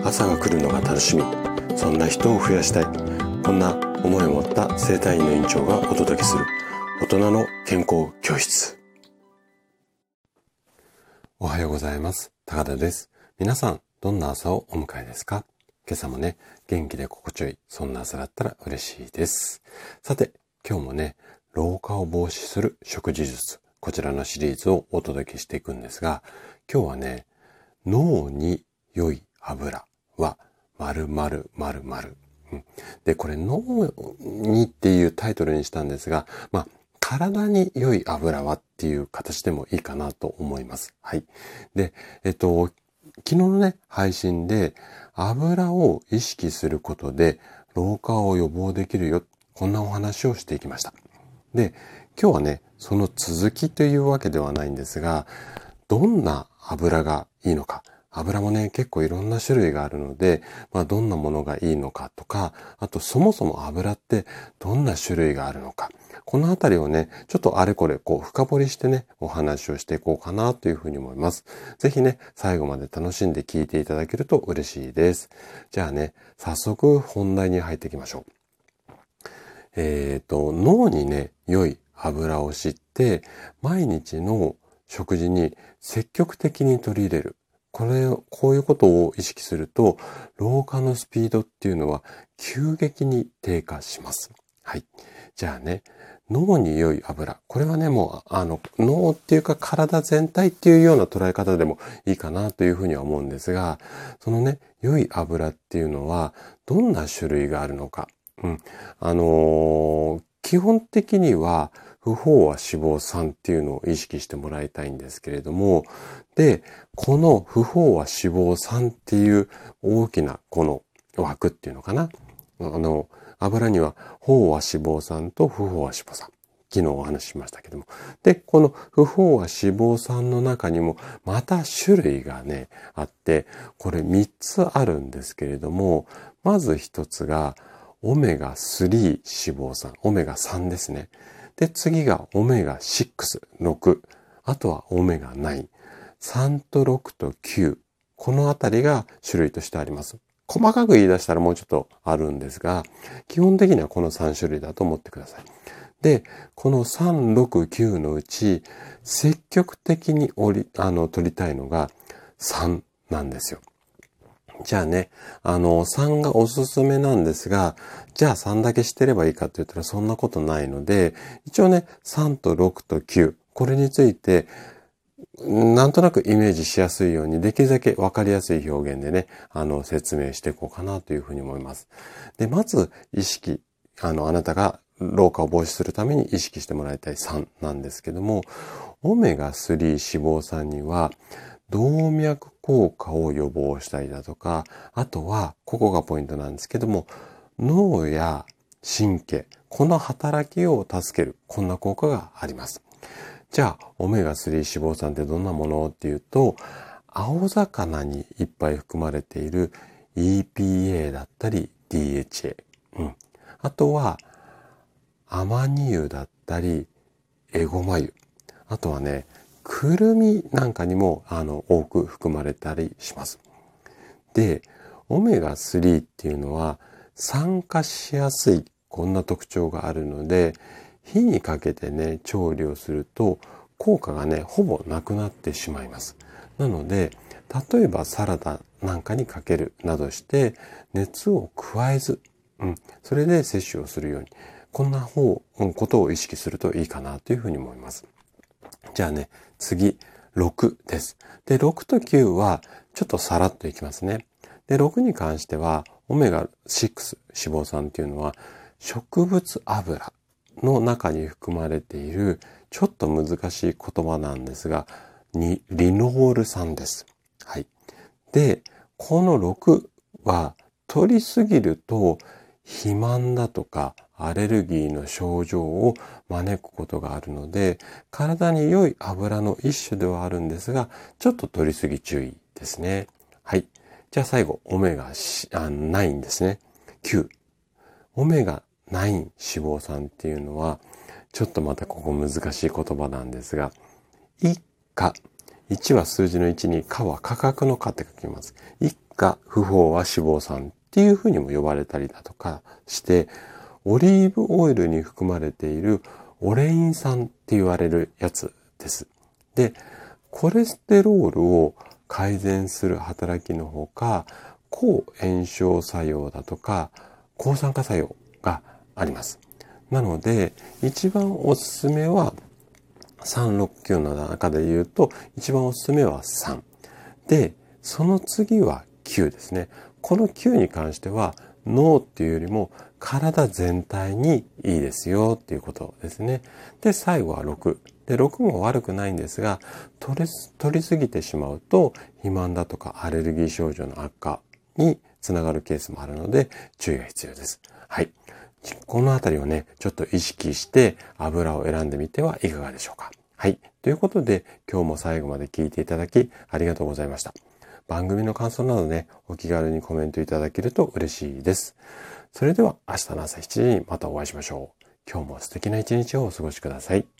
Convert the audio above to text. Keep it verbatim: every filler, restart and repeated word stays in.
朝が来るのが楽しみ、そんな人を増やしたい、こんな思いを持った整体院の院長がお届けする大人の健康教室。おはようございます。高田です。皆さんどんな朝をお迎えですか？今朝もね、元気で心地よい、そんな朝だったら嬉しいです。さて、今日もね、老化を防止する食事術、こちらのシリーズをお届けしていくんですが、今日はね、脳に良い油は〇〇〇〇。で、これ脳にっていうタイトルにしたんですが、まあ、体に良い油はっていう形でもいいかなと思います。はい。で、えっと、昨日のね、配信で油を意識することで老化を予防できるよ。こんなお話をしていきました。で、今日はね、その続きというわけではないんですが、どんな油がいいのか。油もね、結構いろんな種類があるので、まあどんなものがいいのかとか、あとそもそも油ってどんな種類があるのか。このあたりをね、ちょっとあれこれこう深掘りしてね、お話をしていこうかなというふうに思います。ぜひね、最後まで楽しんで聞いていただけると嬉しいです。じゃあね、早速本題に入っていきましょう。えっと、脳にね、良い油を知って、毎日の食事に積極的に取り入れる。これ、こういうことを意識すると、老化のスピードっていうのは急激に低下します。はい。じゃあね、脳に良い油。これはね、もう、あの、脳っていうか体全体っていうような捉え方でもいいかなというふうには思うんですが、そのね、良い油っていうのは、どんな種類があるのか。うん。あのー、基本的には、不飽和脂肪酸っていうのを意識してもらいたいんですけれども、で、この不飽和脂肪酸っていう大きなこの枠っていうのかな。あの、油には飽和脂肪酸と不飽和脂肪酸。昨日お話ししましたけども。で、この不飽和脂肪酸の中にもまた種類がね、あって、これみっつあるんですけれども、まずひとつがオメガスリー脂肪酸。オメガさんですね。で、次がオメガろく、ろく。あとはオメガきゅう。さんとろくときゅう。このあたりが種類としてあります。細かく言い出したらもうちょっとあるんですが、基本的にはこのさん種類だと思ってください。で、このさん、ろく、きゅうのうち、積極的に折り、あの、取りたいのがさんなんですよ。じゃあね、あの、さんがおすすめなんですが、じゃあさんだけしてればいいかって言ったらそんなことないので、一応ね、さんとろくときゅう、これについて、なんとなくイメージしやすいように、できるだけわかりやすい表現でね、あの、説明していこうかなというふうに思います。で、まず、意識、あの、あなたが老化を防止するために意識してもらいたいさんなんですけども、オメガスリー脂肪酸には、動脈硬化を予防したりだとか、あとは、ここがポイントなんですけども、脳や神経、この働きを助ける、こんな効果があります。じゃあ、オメガスリー脂肪酸ってどんなものっていうと、青魚にいっぱい含まれている イーピーエー だったり ディーエイチエー。うん。あとは、アマニ油だったり、エゴマ油。あとはね、くるみなんかにもあの多く含まれたりします。で、オメガスリーっていうのは酸化しやすいこんな特徴があるので、火にかけてね、調理をすると効果がね、ほぼなくなってしまいます。なので、例えばサラダなんかにかけるなどして熱を加えず、うん、それで摂取をするように、こんな方、ことを意識するといいかなというふうに思います。じゃあね、次、ろくです。で、ろくときゅうはちょっとさらっといきますね。で、ろくに関しては、オメガろく脂肪酸っていうのは植物油の中に含まれているちょっと難しい言葉なんですが、にリノール酸です。はい。で、このろくは取りすぎると肥満だとかアレルギーの症状を招くことがあるので、体に良い油の一種ではあるんですが、ちょっと取りすぎ注意ですね。はい。じゃあ最後、オメガきゅうですね。きゅう。オメガきゅう脂肪酸っていうのは、ちょっとまたここ難しい言葉なんですが、一価、 いちは数字のいちに、価は価格の価って書きます。一価不飽和脂肪酸っていうふうにも呼ばれたりだとかして、オリーブオイルに含まれているオレイン酸って言われるやつです。で、コレステロールを改善する働きのほか、抗炎症作用だとか、抗酸化作用があります。なので、一番おすすめは、さんろくきゅうの中で言うと、一番おすすめはさん。で、その次はきゅうですね。このきゅうに関しては、脳っていうよりも体全体にいいですよっていうことですね。で、最後はろく。で、ろくも悪くないんですが、取り、取りすぎてしまうと、肥満だとかアレルギー症状の悪化につながるケースもあるので、注意が必要です。はい。このあたりをね、ちょっと意識して油を選んでみてはいかがでしょうか。はい。ということで、今日も最後まで聞いていただきありがとうございました。番組の感想などね、お気軽にコメントいただけると嬉しいです。それでは明日の朝しちじにまたお会いしましょう。今日も素敵な一日をお過ごしください。